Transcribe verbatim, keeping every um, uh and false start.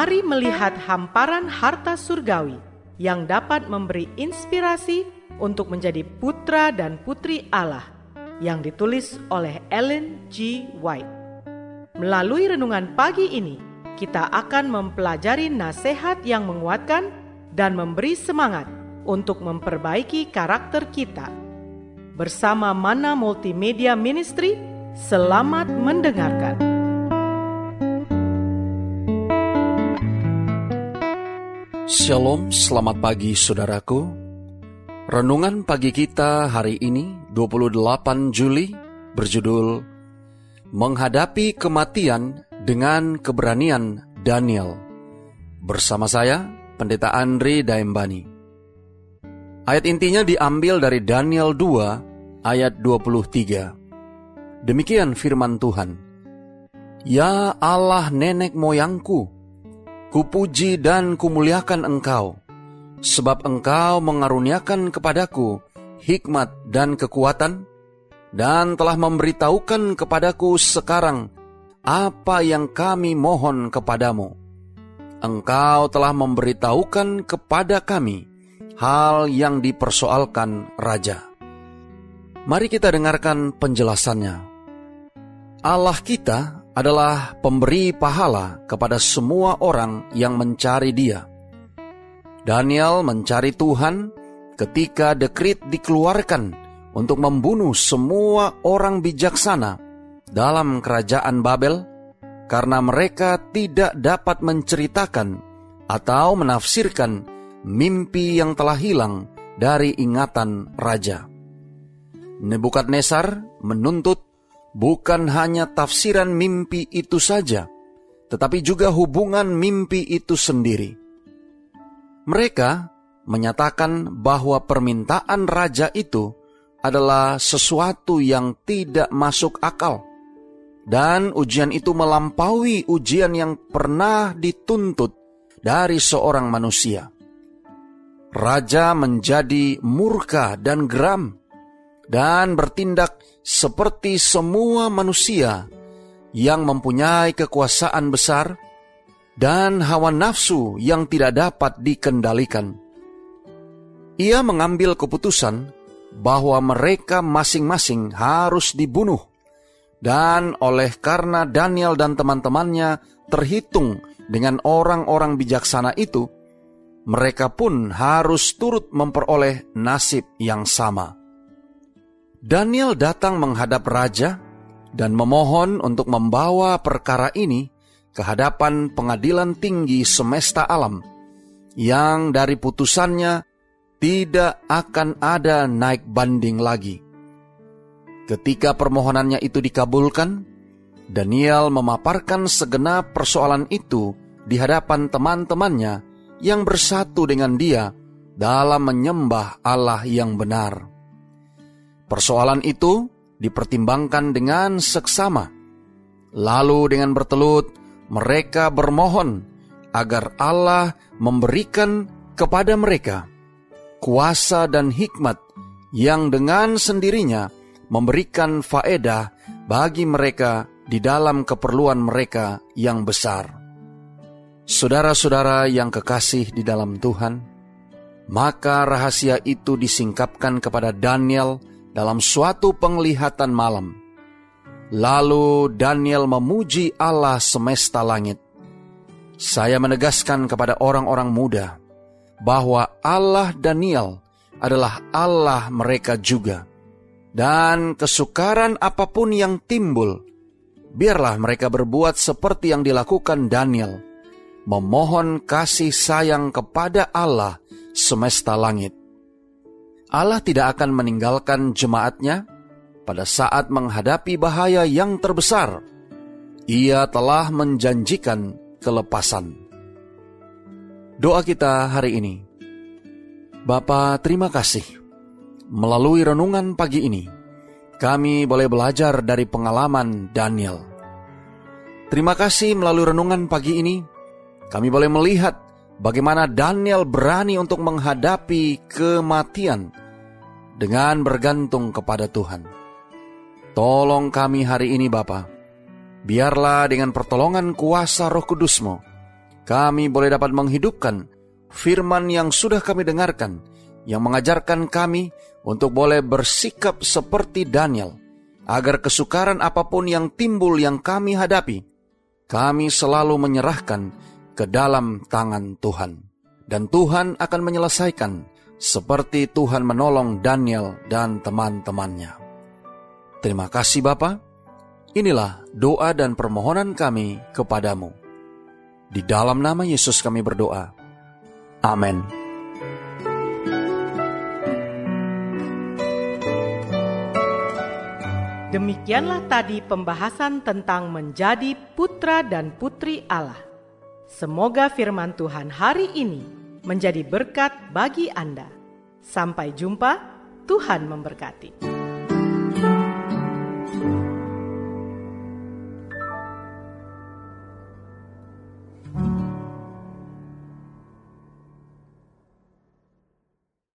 Mari melihat hamparan harta surgawi yang dapat memberi inspirasi untuk menjadi putra dan putri Allah, yang ditulis oleh Ellen G. White. Melalui renungan pagi ini, kita akan mempelajari nasihat yang menguatkan dan memberi semangat untuk memperbaiki karakter kita. Bersama Mana Multimedia Ministry, selamat mendengarkan. Shalom, selamat pagi saudaraku. Renungan pagi kita hari ini dua puluh delapan Juli berjudul Menghadapi Kematian dengan Keberanian Daniel. Bersama saya, Pendeta Andri Daembani. Ayat intinya diambil dari Daniel dua ayat dua puluh tiga. Demikian firman Tuhan. Ya Allah nenek moyangku, kupuji dan kumuliakan Engkau, sebab Engkau mengaruniakan kepadaku hikmat dan kekuatan, dan telah memberitahukan kepadaku sekarang apa yang kami mohon kepadamu. Engkau telah memberitahukan kepada kami hal yang dipersoalkan Raja. Mari kita dengarkan penjelasannya. Allah kita adalah pemberi pahala kepada semua orang yang mencari Dia. Daniel mencari Tuhan ketika dekrit dikeluarkan untuk membunuh semua orang bijaksana dalam kerajaan Babel, karena mereka tidak dapat menceritakan atau menafsirkan mimpi yang telah hilang dari ingatan raja. Nebukadnezar menuntut bukan hanya tafsiran mimpi itu saja, tetapi juga hubungan mimpi itu sendiri. Mereka menyatakan bahwa permintaan raja itu adalah sesuatu yang tidak masuk akal, dan ujian itu melampaui ujian yang pernah dituntut dari seorang manusia. Raja menjadi murka dan geram, dan bertindak seperti semua manusia yang mempunyai kekuasaan besar dan hawa nafsu yang tidak dapat dikendalikan. Ia mengambil keputusan bahwa mereka masing-masing harus dibunuh, dan oleh karena Daniel dan teman-temannya terhitung dengan orang-orang bijaksana itu, mereka pun harus turut memperoleh nasib yang sama. Daniel datang menghadap raja dan memohon untuk membawa perkara ini ke hadapan pengadilan tinggi semesta alam, yang dari putusannya tidak akan ada naik banding lagi. Ketika permohonannya itu dikabulkan, Daniel memaparkan segenap persoalan itu di hadapan teman-temannya yang bersatu dengan dia dalam menyembah Allah yang benar. Persoalan itu dipertimbangkan dengan seksama. Lalu dengan bertelut, mereka bermohon agar Allah memberikan kepada mereka kuasa dan hikmat yang dengan sendirinya memberikan faedah bagi mereka di dalam keperluan mereka yang besar. Saudara-saudara yang kekasih di dalam Tuhan, maka rahasia itu disingkapkan kepada Daniel dalam suatu penglihatan malam. Lalu Daniel memuji Allah semesta langit. Saya menegaskan kepada orang-orang muda bahwa Allah Daniel adalah Allah mereka juga. Dan kesukaran apapun yang timbul, biarlah mereka berbuat seperti yang dilakukan Daniel, memohon kasih sayang kepada Allah semesta langit. Allah tidak akan meninggalkan jemaatnya pada saat menghadapi bahaya yang terbesar. Ia telah menjanjikan kelepasan. Doa kita hari ini. Bapa, terima kasih. Melalui renungan pagi ini, kami boleh belajar dari pengalaman Daniel. Terima kasih melalui renungan pagi ini, kami boleh melihat bagaimana Daniel berani untuk menghadapi kematian dengan bergantung kepada Tuhan. Tolong kami hari ini Bapa, biarlah dengan pertolongan kuasa Roh Kudus-Mu, kami boleh dapat menghidupkan firman yang sudah kami dengarkan, yang mengajarkan kami untuk boleh bersikap seperti Daniel, agar kesukaran apapun yang timbul yang kami hadapi, kami selalu menyerahkan ke dalam tangan Tuhan. Dan Tuhan akan menyelesaikan seperti Tuhan menolong Daniel dan teman-temannya. Terima kasih Bapa. Inilah doa dan permohonan kami kepadamu. Di dalam nama Yesus kami berdoa. Amin. Demikianlah tadi pembahasan tentang menjadi putra dan putri Allah. Semoga firman Tuhan hari ini menjadi berkat bagi Anda. Sampai jumpa, Tuhan memberkati.